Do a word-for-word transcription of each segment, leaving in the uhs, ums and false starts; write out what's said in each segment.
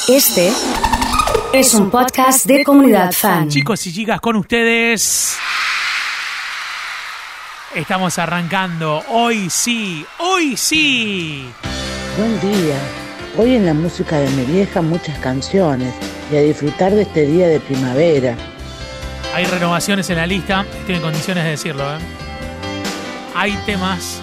Este es un podcast de Comunidad Fan. Chicos y chicas, con ustedes estamos arrancando. Hoy sí, hoy sí. Buen día. Hoy en la música de mi vieja muchas canciones y a disfrutar de este día de primavera. Hay renovaciones en la lista, estoy en condiciones de decirlo, ¿eh? Hay temas.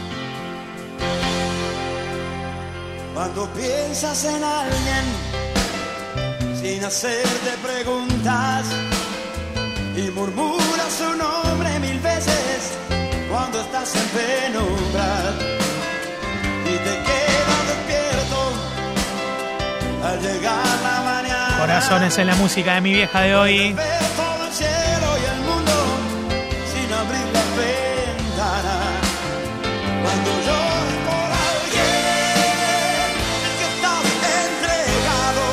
Cuando piensas en alguien sin hacerte preguntas y murmuras su nombre mil veces cuando estás en penumbra y te quedas despierto al llegar la mañana. Corazones en la música de mi vieja de hoy. Ver todo el cielo y el mundo sin abrir la ventana. Cuando llores por alguien que estás entregado,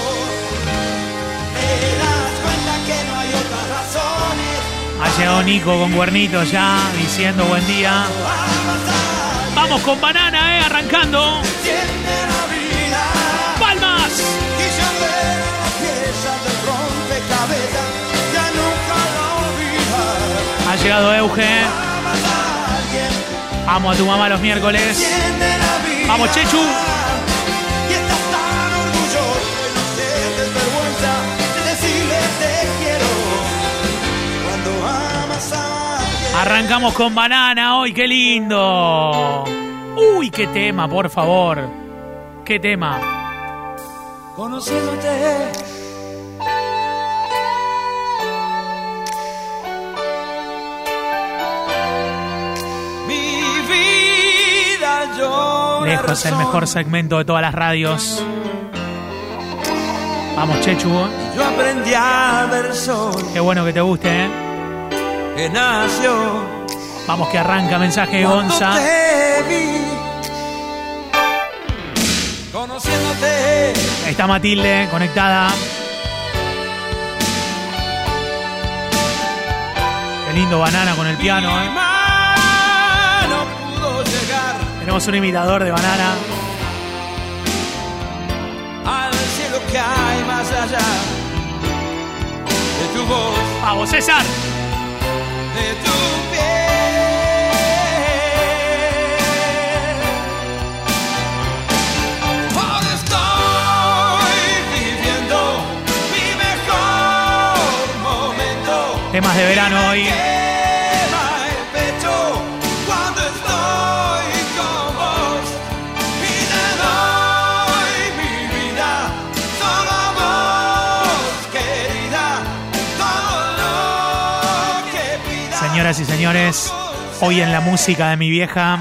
te das cuenta que no hay otras razones. Ha llegado Nico con cuernitos ya, diciendo buen día. Vamos con Banana, eh, arrancando. Tiene la vida. ¡Palmas! Y se ven las piezas del rompecabezas, ya nunca lo olvidas. Ha llegado Euge. Amas a alguien, Amo a tu mamá los miércoles. tiene la vida. Vamos, Chechu. Y estás tan orgulloso que no sientes vergüenza de decirle te quiero. Cuando amas a alguien. Arrancamos con Banana hoy, qué lindo. Uy, qué tema, por favor. Qué tema. Conociéndote. Mi vida yo. Lejos el mejor segmento de todas las radios. Vamos, Chechu. Yo aprendí a ver sol Qué bueno que te guste, ¿eh? que nació. Vamos que arranca mensaje de Cuando Gonza. te vi, conociéndote. Está Matilde conectada. Qué lindo Banana con el piano, Mi ¿eh? mano pudo llegar Tenemos un imitador de Banana. al cielo que hay más allá de tu voz, Vamos, César. de tu piel. Ahora estoy viviendo mi mejor momento. Temas de verano hoy. Quema el pecho cuando estoy con vos y te doy mi vida, solo a vos, querida, todo lo que pidas. Señoras y señores, hoy en la música de mi vieja.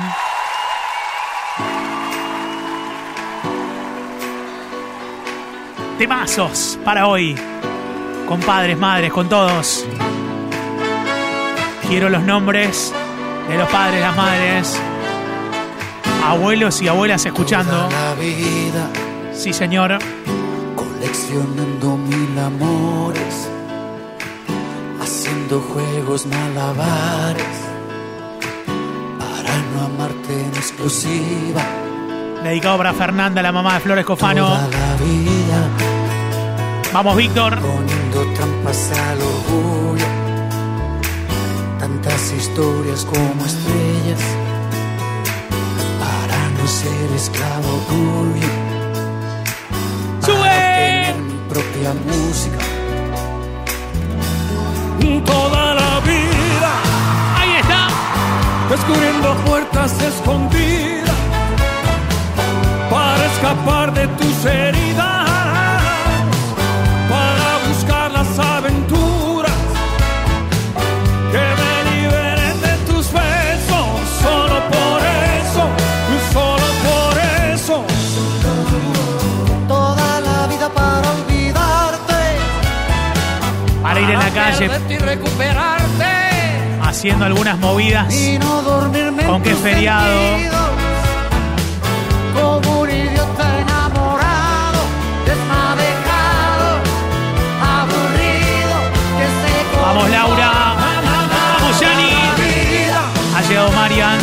Temazos para hoy. Con padres, madres, con todos. Quiero los nombres de los padres, las madres, abuelos y abuelas escuchando. Toda la vida Sí, señor. coleccionando mil amores, haciendo juegos malabares para no amarte en exclusiva. Dedicado para Fernanda, la mamá de Flores Cofano. Toda la vida Vamos, Víctor. poniendo trampas al orgullo, tantas historias como estrellas para no ser esclavo tuyo. ¡Sube! Tener mi propia música. Toda la vida Ahí está. descubriendo puertas escondidas para escapar de tus heridas, para buscar las aventuras que me liberen de tus besos. Solo por eso, solo por eso. Toda la vida para olvidarte, Para ir en la calle Perderte y recuperarte. haciendo algunas movidas. y no dormirme ¿Con en qué tus feriado? sentidos, como un idiota enamorado, desmadejado, aburrido, que se Vamos, Laura. Vamos, Yani. Ha llegado Marian.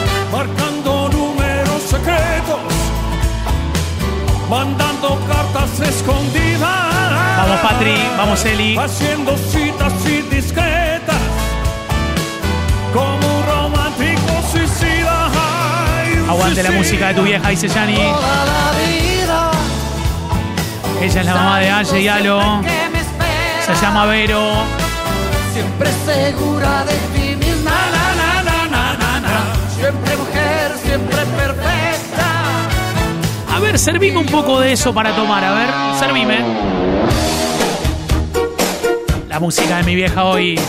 Marcando números secretos, mandando cartas más escondidas. Vamos, Patri, vamos, Eli. Haciendo citas indiscretas, como un romántico suicida. Ay, un Aguante la suicida. música de tu vieja, dice Yani. Toda la vida. Ella es la mamá de Aye y Alo. Que me espera. Se llama Vero. Siempre segura de ti misma. Na, na, na, na, na, na. Siempre mujer, siempre perfecta. A ver, servime un poco de eso para tomar, a ver, servime. La música de mi vieja hoy.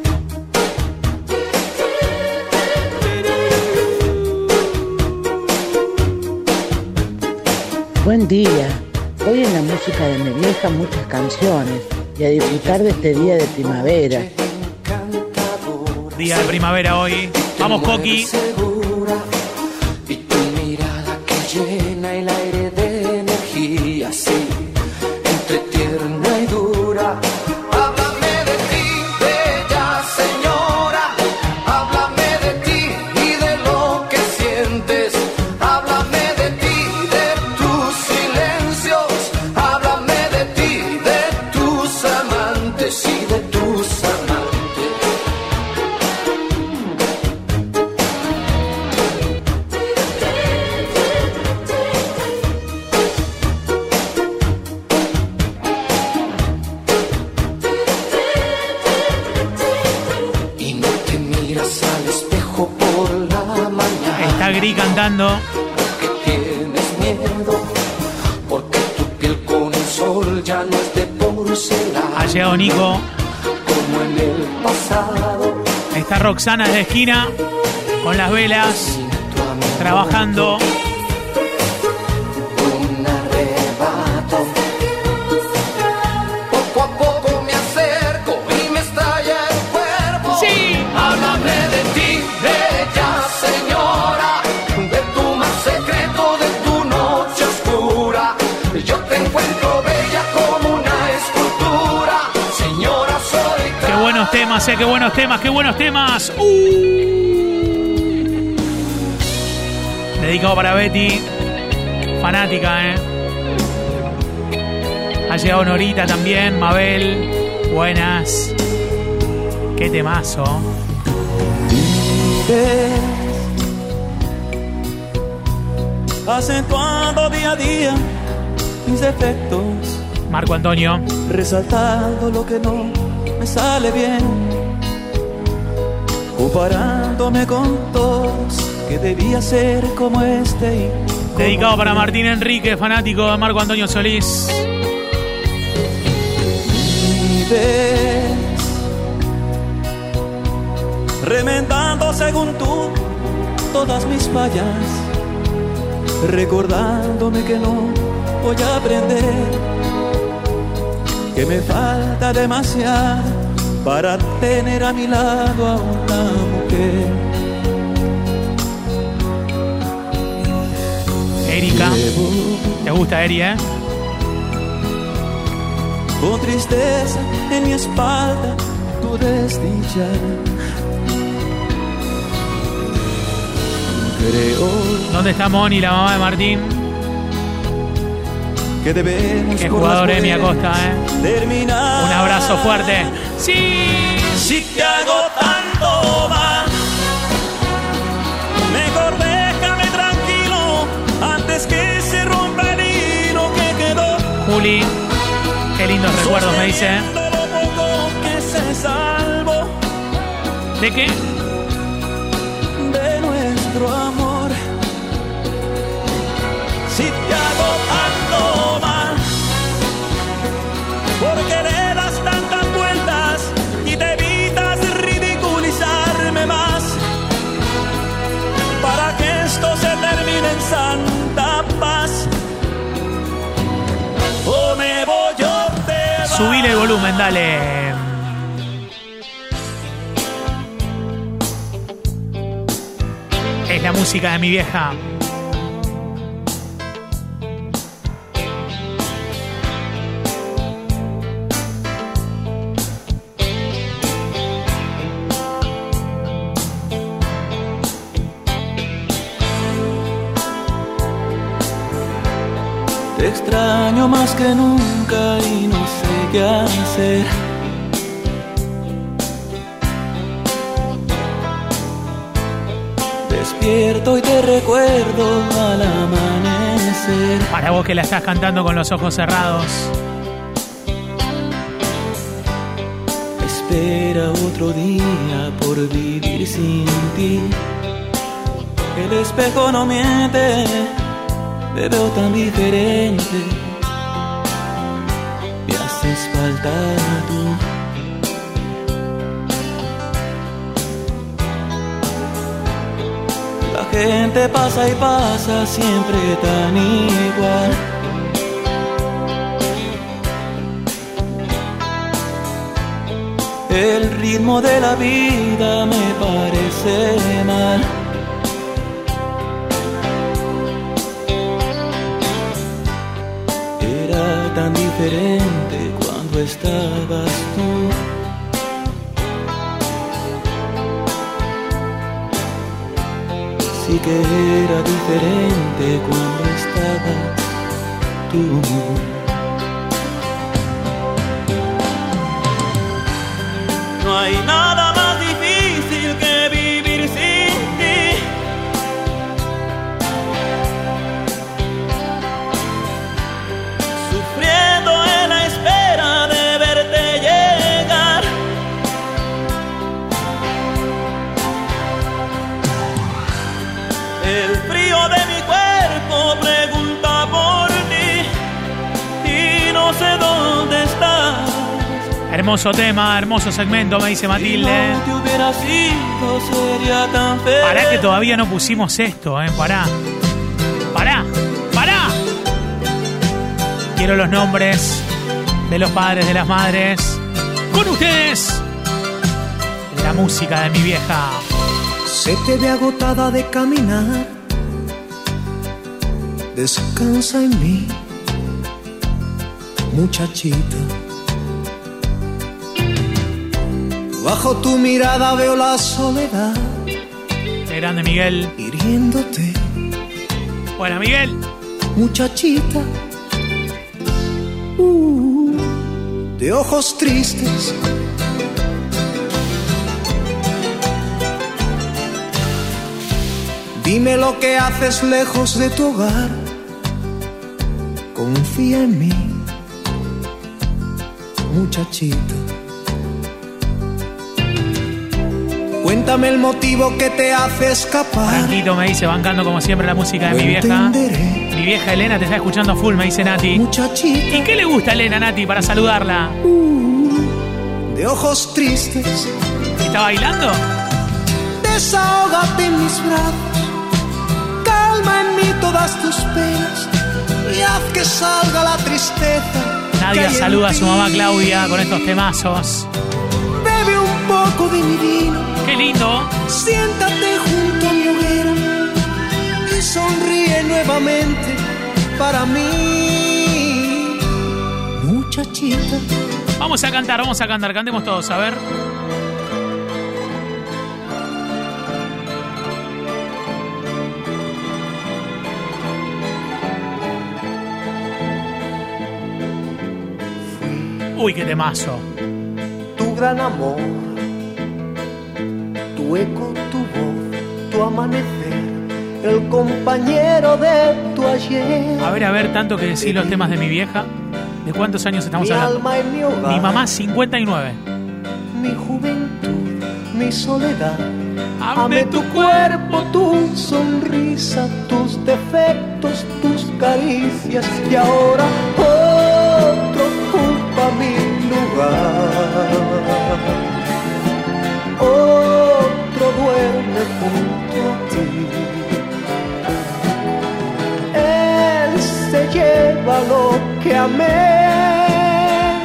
Buen día. Hoy en la música de mi vieja muchas canciones y a disfrutar de este día de primavera. Día de primavera hoy. Vamos, Coqui. Y tu mirada que llena el aire de energía, sí, entre tierna y dura. Háblame de ti, bella señora. Háblame de ti y de lo que sientes. Háblame de ti, de tus silencios. Háblame de ti, de tus amantes y de tus amantes. Y no te miras al espejo por la mañana. Está Gris cantando. Que tienes miedo, porque tu piel con el sol ya no es de porcelana. Ha llegado Nico. Como en el pasado, Está Roxana de esquina. Con las velas. tu amor Trabajando. un arrebato. Poco a poco me acerco y me estalla el cuerpo. Sí. Háblame de ti, bella señora, de tu más secreto, de tu noche oscura. Yo te encuentro bella como una escultura. Señora, soy Qué buenos temas, eh, qué buenos temas, qué buenos temas. Uh. Dedicado para Betty. Fanática, eh. Ha llegado Norita también, Mabel. Buenas. Qué temazo. Acentuando día a día mis defectos, Marco Antonio. resaltando lo que no me sale bien, comparándome con todos que debía ser como este y como Dedicado para aquel. Martín Enrique, fanático de Marco Antonio Solís. Vives remendando según tú todas mis fallas, recordándome que no voy a aprender, que me falta demasiado para tener a mi lado a una mujer. Erika. ¿Te gusta Eri, eh? Con tristeza en mi espalda tu desdicha. Creo ¿Dónde está Moni, la mamá de Martín? que debemos Qué por jugador las Emi buenas Acosta, eh. terminar. Un abrazo fuerte. ¡Sí! Si te hago tanto mal, mejor déjame tranquilo antes que se rompa el hilo que quedó. Juli. Qué lindos recuerdos, me dice. Sosteniendo lo poco que se salvó ¿De qué? de nuestro amor. Si te hago tanto mal, porque le das tantas vueltas y te evitas ridiculizarme más, para que esto se termine en santa paz. O me voy yo te vas. Subile el volumen, dale. Es la música de mi vieja. Te extraño más que nunca y no sé qué hacer. Despierto y te recuerdo al amanecer. Para vos que la estás cantando con los ojos cerrados. Espera otro día por vivir sin ti. El espejo no miente, te veo tan diferente. Me haces falta tú. La gente pasa y pasa siempre tan igual. El ritmo de la vida me parece mal. Era tan diferente cuando estabas tú. Sí que era diferente cuando estabas tú. No hay nada más difícil que vivir sin ti. Sufriendo en la espera de verte llegar. El frío de mi cuerpo pregunta por ti y no sé dónde estás. Hermoso tema, hermoso segmento, me dice Matilde. Si no te hubieras ido, sería tan feliz. Pará que todavía no pusimos esto, eh. Pará. Pará. Pará. Quiero los nombres de los padres, de las madres. Con ustedes, la música de mi vieja. Se te ve agotada de caminar. Descansa en mí, muchachita. Bajo tu mirada veo la soledad. Qué grande, Miguel. Hiriéndote. Bueno, Miguel. Muchachita. Uh, de ojos tristes. Dime lo que haces lejos de tu hogar. Confía en mí, muchachita. Cuéntame el motivo que te hace escapar. Franquito me dice, bancando como siempre la música de Lo mi vieja. entenderé. Mi vieja Elena te está escuchando full, me dice Nati. Muchachita. ¿Y qué le gusta a Elena, Nati, para saludarla? Uh, de ojos tristes. ¿Está bailando? Desahógate en mis brazos. Calma en mí todas tus penas. Y haz que salga la tristeza. Nadia saluda a su mamá Claudia con estos temazos. Bebe un poco de mi vino. ¡Qué lindo! Siéntate junto a mi hoguera y sonríe nuevamente para mí, muchachita. Vamos a cantar, vamos a cantar, cantemos todos, a ver. Uy, qué temazo. Tu gran amor, tu eco, tu voz, tu amanecer, el compañero de tu ayer. A ver, a ver, tanto que decir los temas de mi vieja. ¿De cuántos años estamos mi hablando? Alma en mi hogar, Mi mamá, cincuenta y nueve. mi juventud, mi soledad. Ame Amé tu cuerpo, tu sonrisa, tus defectos, tus caricias. Y ahora otro ocupa mi lugar. Otro duerme junto a ti. Él se lleva lo que amé,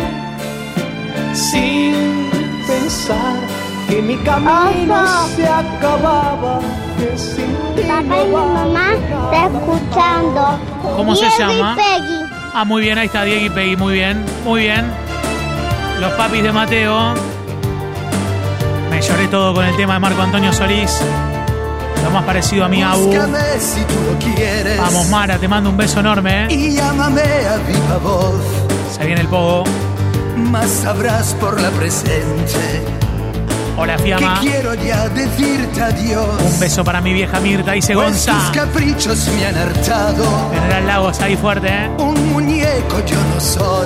sin pensar que mi camino Ojo. se acababa, que sin ti Papá no y mi mamá está escuchando. ¿Cómo se Diego y llama? Peggy. Ah, muy bien, ahí está Diego y Peggy, muy bien, muy bien. Los papis de Mateo. Me lloré todo con el tema de Marco Antonio Solís. Lo más parecido a mi Abu. Búscame si tú lo quieres. Vamos, Mara, te mando un beso enorme, ¿eh? Y llámame a viva voz. Se viene el pogo. Más sabrás por la presente. Hola, Que Fiamma. quiero ya decirte adiós. Un beso para mi vieja Mirta, dice Pues Gonza. tus caprichos me han hartado. General Lagos ahí fuerte, ¿eh? Un muñeco yo no soy.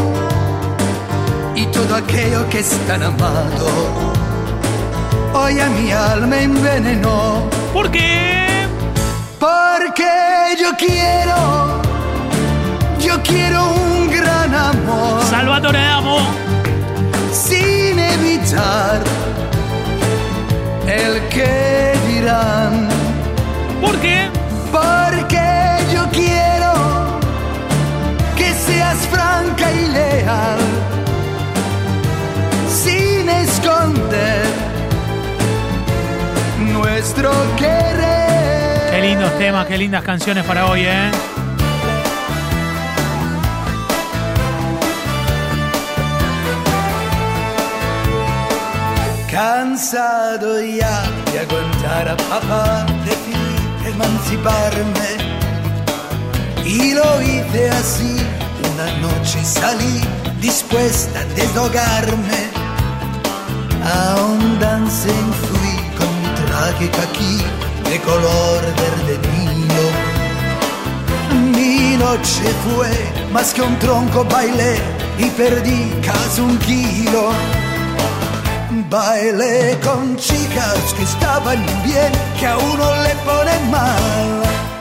Y todo aquello que es tan amado hoy a mi alma envenenó. ¿Por qué? Porque yo quiero, yo quiero un gran amor. Salvatore Amo. Sin evitar el que dirán. ¿Por qué? Porque yo quiero que seas franca y leal, sin esconder nuestro querer. Qué lindos temas, qué lindas canciones para hoy, ¿eh? Cansado ya de aguantar a papá, decidí emanciparme. Y lo hice así, una noche salí dispuesta a deshogarme. A un dancing fui con mi traje caqui de color verde Nilo. Mi noche fue más que un tronco, bailé y perdí casi un kilo. Bailé con chicas que estaban bien, que a uno le ponen mal.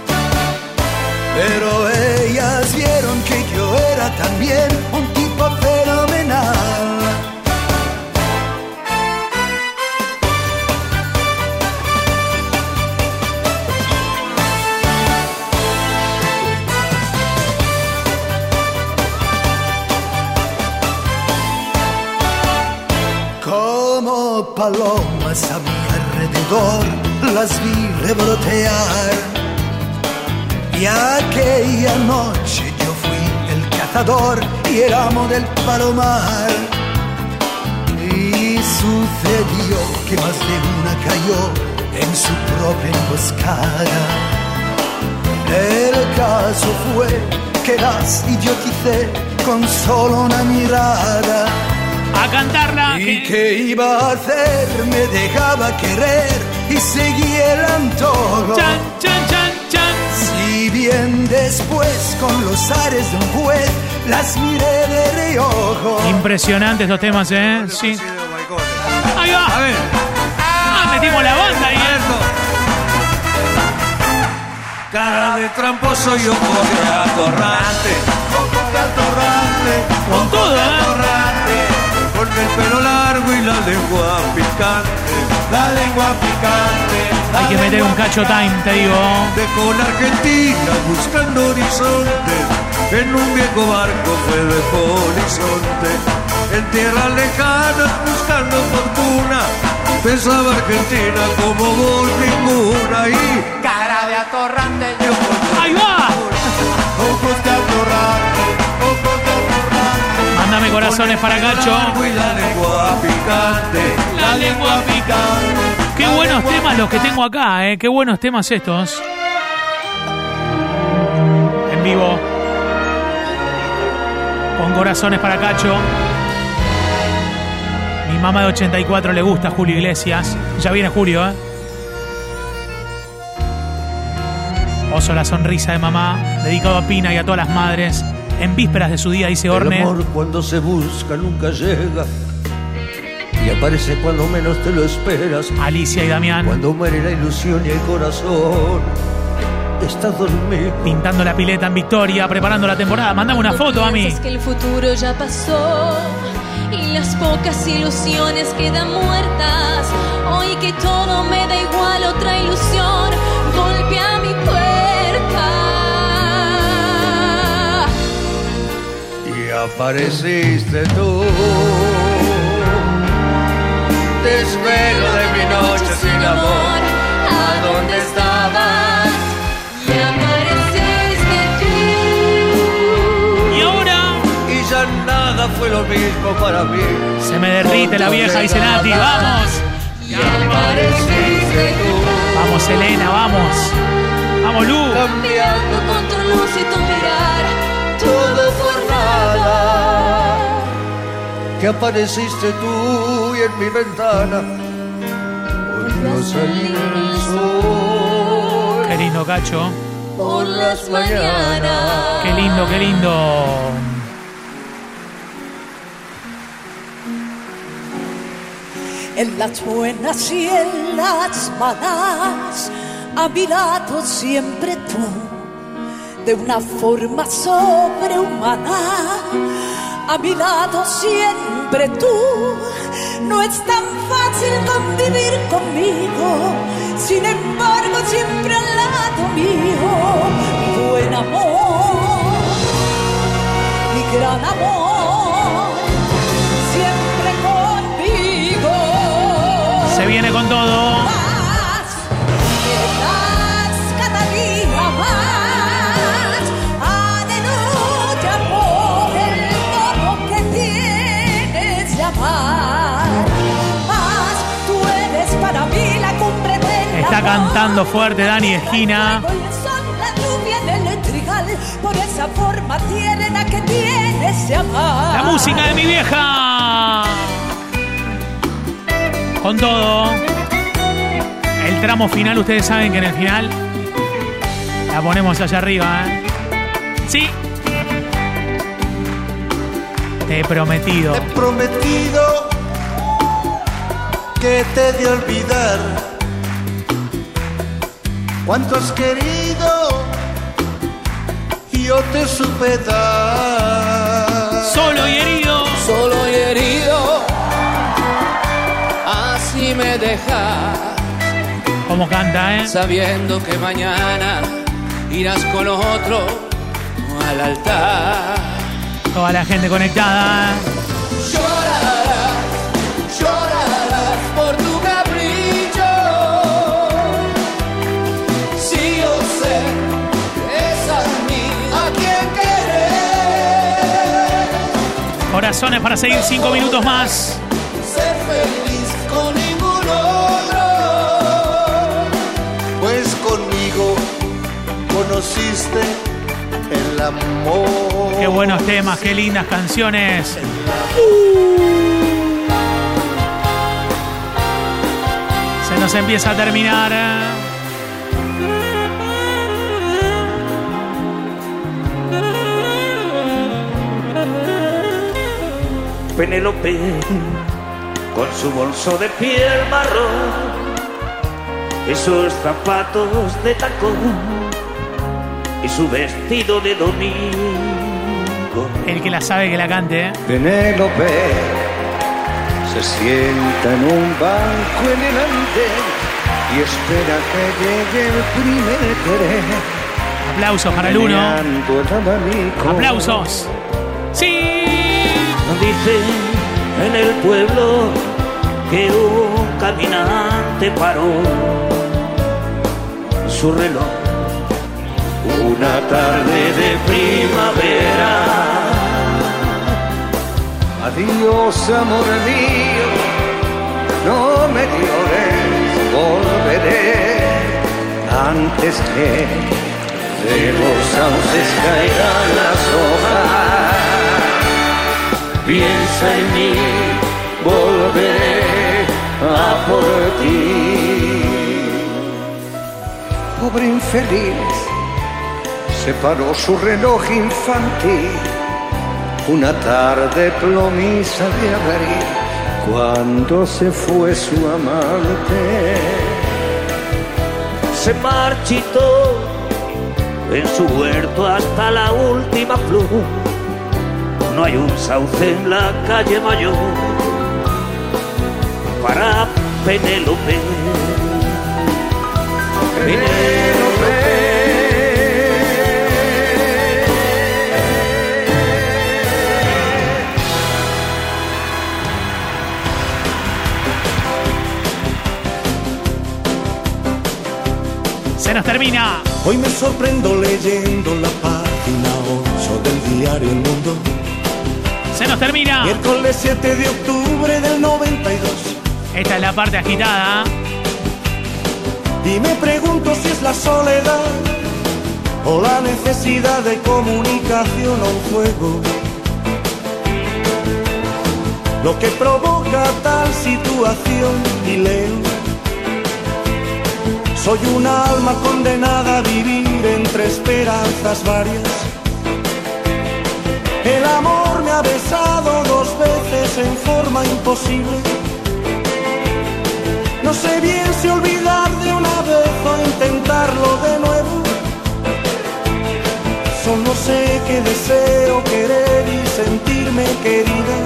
Pero ellas vieron que yo era también un tipo fenomenal. Como palomas a mi alrededor las vi revolotear. Y aquella noche yo fui el cazador y el amo del palomar. Y sucedió que más de una cayó en su propia emboscada. El caso fue que las idioticé con solo una mirada. A cantarla. ¿Y qué iba a hacer? Me dejaba querer y seguía el antojo. Chan, chan, chan, chan. Si bien después con los ares de un juez las miré de reojo. Impresionantes los temas, ¿eh? Sí. Ahí va. A ver. Ah, metimos la banda ahí, ¿eh? Cara de tramposo y ojo de atorrante. Ojo de atorrante. Con todo, ¿eh? Atorrante. Con el pelo largo y la lengua picante. La lengua picante. Hay que meter un cacho time, te digo. Dejó la Argentina buscando horizontes. En un viejo barco fue de horizonte. En tierras lejanas buscando fortuna. Pensaba Argentina como vos ninguna. Y cara de atorrante yo. ¡Ahí va! Ojos de atorrante. Ojos de atorrante. Mándame corazones para Cacho. Y la lengua picante. La lengua picante. Qué buenos temas los que tengo acá, ¿eh? Qué buenos temas estos. En vivo. Con corazones para Cacho. Mi mamá de ochenta y cuatro le gusta Julio Iglesias. Ya viene Julio, ¿eh? Oso, la sonrisa de mamá. Dedicado a Pina y a todas las madres. En vísperas de su día, dice Orne. El amor cuando se busca nunca llega. Y aparece cuando menos te lo esperas. Alicia y Damián. Cuando muere la ilusión y el corazón está dormido. Pintando la pileta en Victoria, preparando la temporada. Mándame una foto a mí. Piensas que el futuro ya pasó y las pocas ilusiones quedan muertas. Hoy que todo me da igual, otra ilusión golpea mi puerta. Y apareciste tú. Te espero de mi noche sin amor. ¿A dónde estabas? Y apareciste tú. Y ahora Y ya nada fue lo mismo para mí. se me derrite la vieja, dice Nati. ¡Vamos! Y apareciste tú. Vamos, Elena, vamos. Vamos, Lu. Mirando con tu luz y tu mirar, todo por nada. Que apareciste tú y en mi ventana volvió a salir el sol. Qué lindo, Cacho. Por las mañanas. Qué lindo, qué lindo. En las buenas y en las malas, a mi lado siempre tú, de una forma sobrehumana. A mi lado siempre tú, no es tan fácil convivir conmigo, sin embargo siempre al lado mío, mi buen amor, mi gran amor, siempre conmigo. Se viene con todo. Más, llenas cada día más, aleluya por el modo que tienes de amar. Más, tú eres para mí la cumbre del Está amor. cantando fuerte Dani Esquina. Traigo el sol, la lluvia en el electrical, por esa forma tierna que tienes de amar. La música de mi vieja. Con todo. El tramo final, ustedes saben que en el final la ponemos allá arriba, ¿eh? Sí. Te he prometido. Te he prometido que te he de olvidar cuánto has querido y yo te supe dar. Solo y herido. Solo y herido, así me dejas, Como canta, ¿eh? sabiendo que mañana irás con otro al altar. Toda la gente conectada. Llorarás, llorarás por tu capricho. Si yo sé que es a mí a quien querer. Corazones para seguir cinco minutos más. Ser feliz con ningún otro. Pues conmigo conociste el amor. Qué buenos temas, qué lindas canciones. Se nos empieza a terminar. Penélope, con su bolso de piel marrón, esos zapatos de tacón y su vestido de domingo. El que la sabe que la cante, ¿eh? Penélope se sienta en un banco en el andén y espera que llegue el primer querer. Aplausos para el uno. Meneando el abanico. Aplausos. Sí. Dicen en el pueblo que un caminante paró su reloj una tarde de primavera. Adiós, amor mío, no me llores, volveré antes que de los sauces caigan las hojas. Piensa en mí, volveré a por ti. Pobre infeliz, se paró su reloj infantil una tarde plomiza de abril, cuando se fue su amante. Se marchitó en su huerto hasta la última flor. No hay un sauce en la calle mayor para Penélope. Penélope. Se nos termina. Hoy me sorprendo leyendo la página ocho del diario El Mundo. Se nos termina. Miércoles siete de octubre del noventa y dos. Esta es la parte agitada. Y me pregunto si es la soledad o la necesidad de comunicación o un juego lo que provoca tal situación. Y leo: soy una alma condenada a vivir entre esperanzas varias. El amor me ha besado dos veces en forma imposible. No sé bien si olvidar de una vez o intentarlo de nuevo. Solo sé que deseo querer y sentirme querida.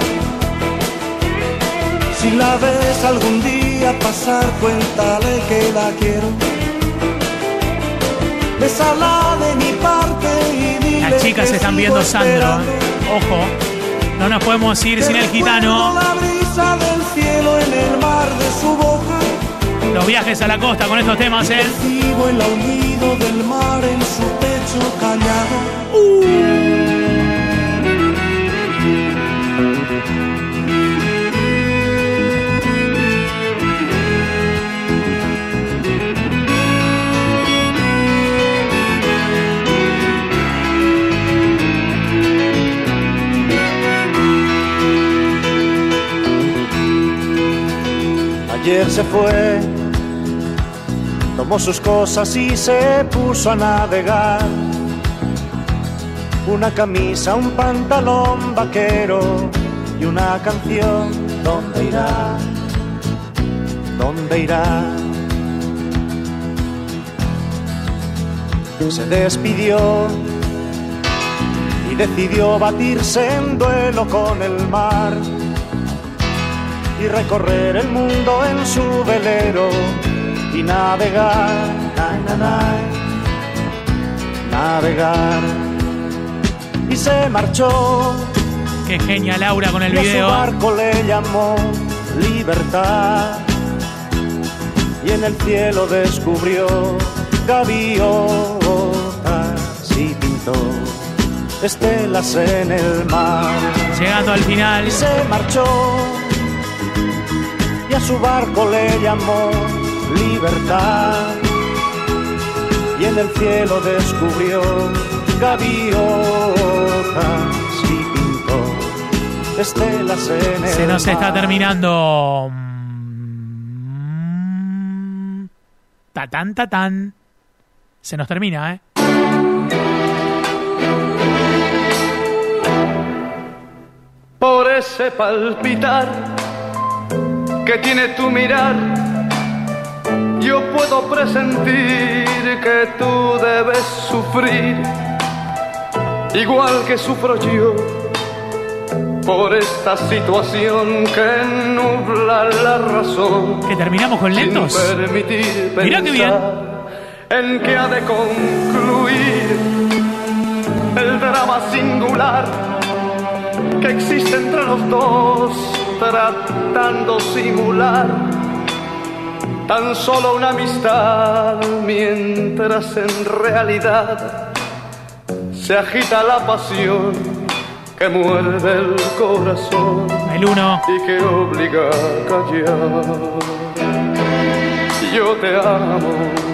Si la ves algún día pasar, cuéntale que la quiero. Bésala de mi parte y dile. Las chicas que están sigo viendo Sandro, esperando. ¿eh? Ojo, no nos podemos ir sin el gitano. La brisa del cielo en el mar de su boca. Los viajes a la costa con estos temas, ¿eh? Percibo el aullido del mar en su pecho callado. Ayer se fue, tomó sus cosas y se puso a navegar. Una camisa, un pantalón vaquero y una canción. ¿Dónde irá? ¿Dónde irá? Se despidió y decidió batirse en duelo con el mar y recorrer el mundo en su velero y navegar, na, na, na, navegar. Y se marchó. Qué genia Laura con el y a video. su barco le llamó Libertad y en el cielo descubrió gaviotas y pintó estelas en el mar. Llegando al final. Y se marchó y a su barco le llamó Libertad y en el cielo descubrió gaviotas y pintó estelas en el Se nos mar. está terminando. Tatán, tatán. Se nos termina, ¿eh? Por ese palpitar que tiene tu mirar, yo puedo presentir que tú debes sufrir, igual que sufro yo, por esta situación que nubla la razón. Que terminamos con lentos. Sin permitir Mirá qué bien. en que ha de concluir el drama singular que existe entre los dos, tratando simular tan solo una amistad, mientras en realidad se agita la pasión que muerde el corazón. El uno. Y que obliga a callar. Yo te amo,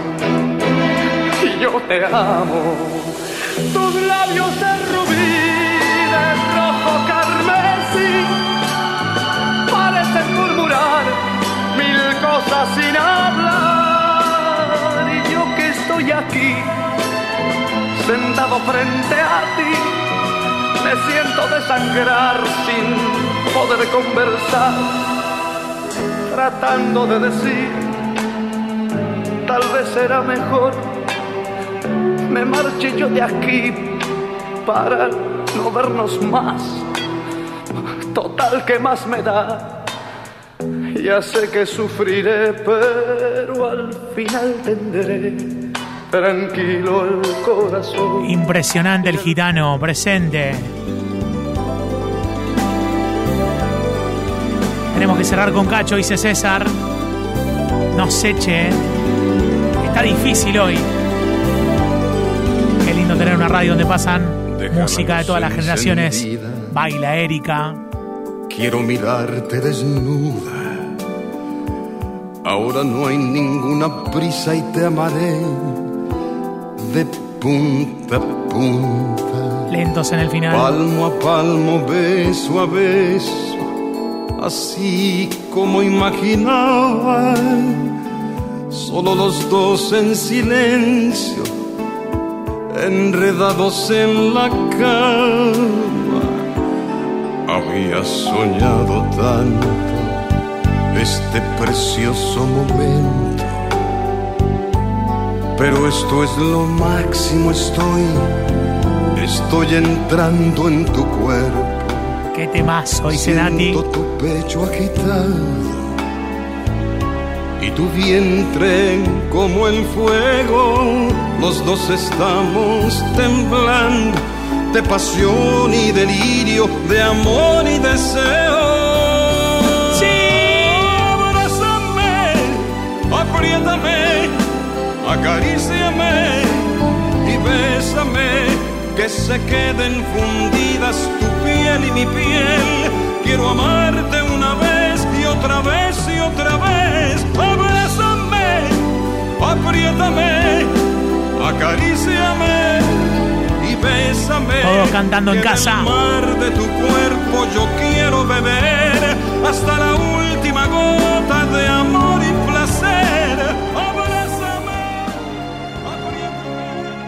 yo te amo. Tus labios de rubí, de rojo carmesí, parecen murmurar mil cosas sin hablar. Y yo que estoy aquí, sentado frente a ti, me siento desangrar sin poder conversar, tratando de decir, tal vez será mejor me marche yo de aquí para no vernos más. Total, ¿qué más me da? Ya sé que sufriré, pero al final tendré tranquilo el corazón. Impresionante el gitano, presente. Tenemos que cerrar con Cacho, dice César. No sé, che. Está difícil hoy. Qué lindo tener una radio donde pasan Deja música de todas las generaciones. encendida. Baila Erika. Quiero mirarte desnuda, Ahora no hay ninguna prisa y te amaré de punta a punta. Lentos en el final. Palmo a palmo, beso a beso, así como imaginaba. Solo los dos en silencio, enredados en la cama. Había soñado tanto este precioso momento, pero esto es lo máximo. Estoy, estoy entrando en tu cuerpo. ¿Qué temazo, Cerati? Siento tu pecho agitado y tu vientre como el fuego. Los dos estamos temblando de pasión y delirio, de amor y deseo. Apriétame, acaríciame y bésame, que se queden fundidas tu piel y mi piel. Quiero amarte una vez y otra vez y otra vez. Abrázame, apriétame, acaríciame y bésame. Todos cantando en casa. Del mar de tu cuerpo yo quiero beber hasta la última gota de amor y placer. Abrázame, apriétame.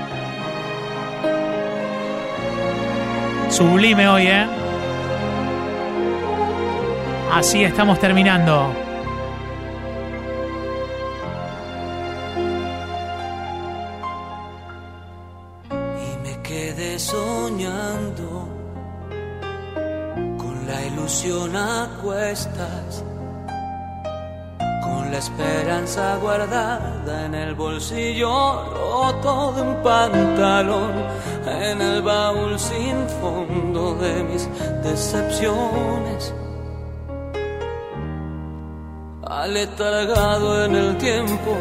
Sublime hoy, ¿eh? Así estamos terminando. Soñando con la ilusión a cuestas, con la esperanza guardada en el bolsillo roto de un pantalón, en el baúl sin fondo de mis decepciones, aletargado en el tiempo,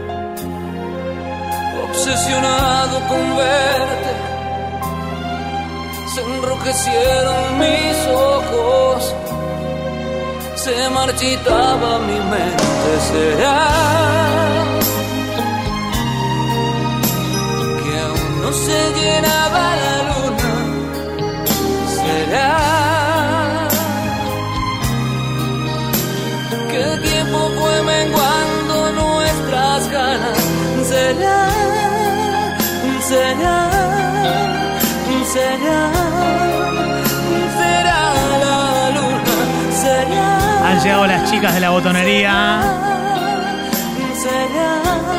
obsesionado con verte. Se enrojecieron mis ojos, se marchitaba mi mente. ¿Será que aún no se llenaba la luna? ¿Será que el tiempo fue menguando nuestras ganas? ¿Será? ¿Será? ¿Será? ¿Será la luna? ¿Será? Han llegado las chicas de la botonería. ¿Será?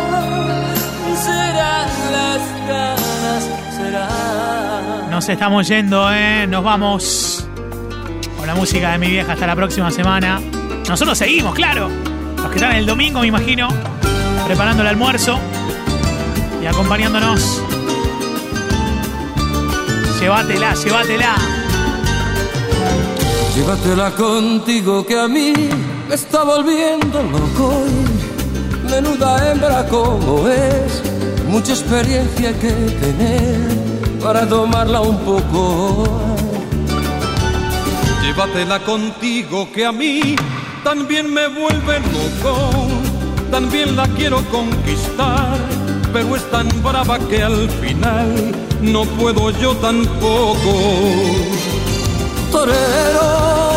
¿Serán las ganas? ¿Será? Nos estamos yendo, ¿eh? Nos vamos con la música de mi vieja hasta la próxima semana. Nosotros seguimos, claro. Los que están el domingo, me imagino, preparando el almuerzo y acompañándonos. Llévatela, llévatela. Llévatela contigo que a mí me está volviendo loco. Menuda hembra como es, mucha experiencia hay que tener para tomarla un poco. Llévatela contigo que a mí también me vuelve loco. También la quiero conquistar, pero es tan brava que al final no puedo yo tampoco. Torero,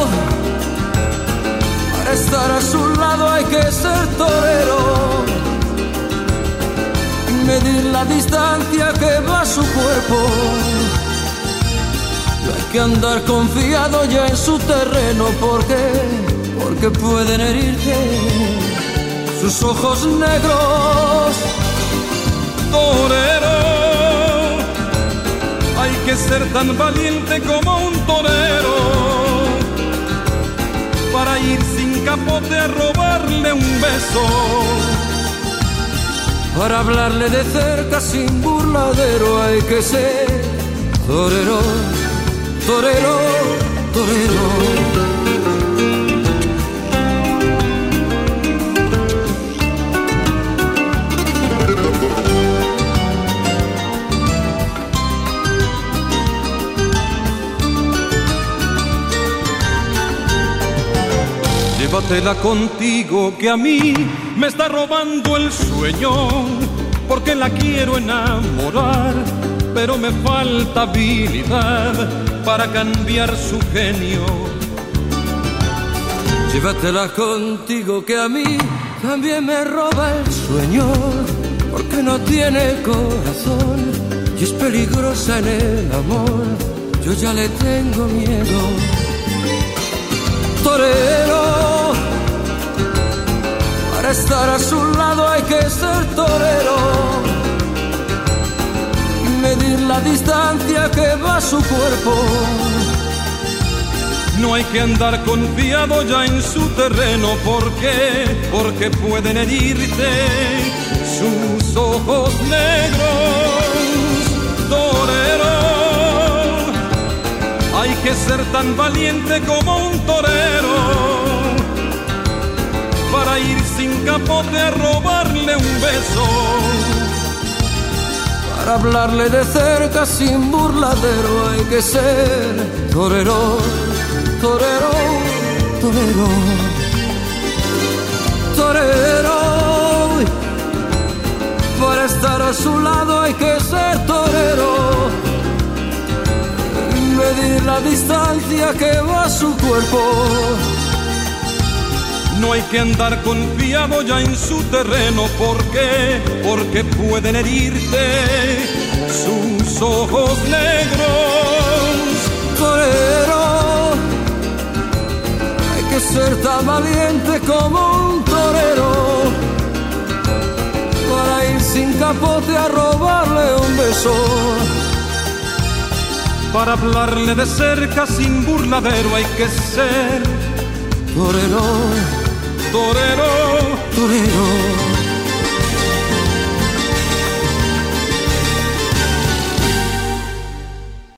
para estar a su lado hay que ser torero, medir la distancia que va a su cuerpo. No hay que andar confiado ya en su terreno, porque, porque pueden herirte sus ojos negros. Torero, hay que ser tan valiente como un torero para ir sin capote a robarle un beso, para hablarle de cerca sin burladero. Hay que ser torero, torero, torero. Llévatela contigo que a mí me está robando el sueño, porque la quiero enamorar, pero me falta habilidad para cambiar su genio. Llévatela contigo que a mí también me roba el sueño, porque no tiene corazón y es peligrosa en el amor. Yo ya le tengo miedo. Torero, para estar a su lado hay que ser torero y medir la distancia que va su cuerpo. No hay que andar confiado ya en su terreno, porque, porque pueden herirte sus ojos negros. Torero, hay que ser tan valiente como un torero para ir sin capote a robarle un beso, para hablarle de cerca sin burladero. Hay que ser torero, torero, torero, torero. Para estar a su lado hay que ser torero, medir la distancia que va su cuerpo. No hay que andar confiado ya en su terreno, porque, porque pueden herirte sus ojos negros. Torero, hay que ser tan valiente como un torero para ir sin capote a robarle un beso, para hablarle de cerca sin burladero. Hay que ser torero, torero, torero.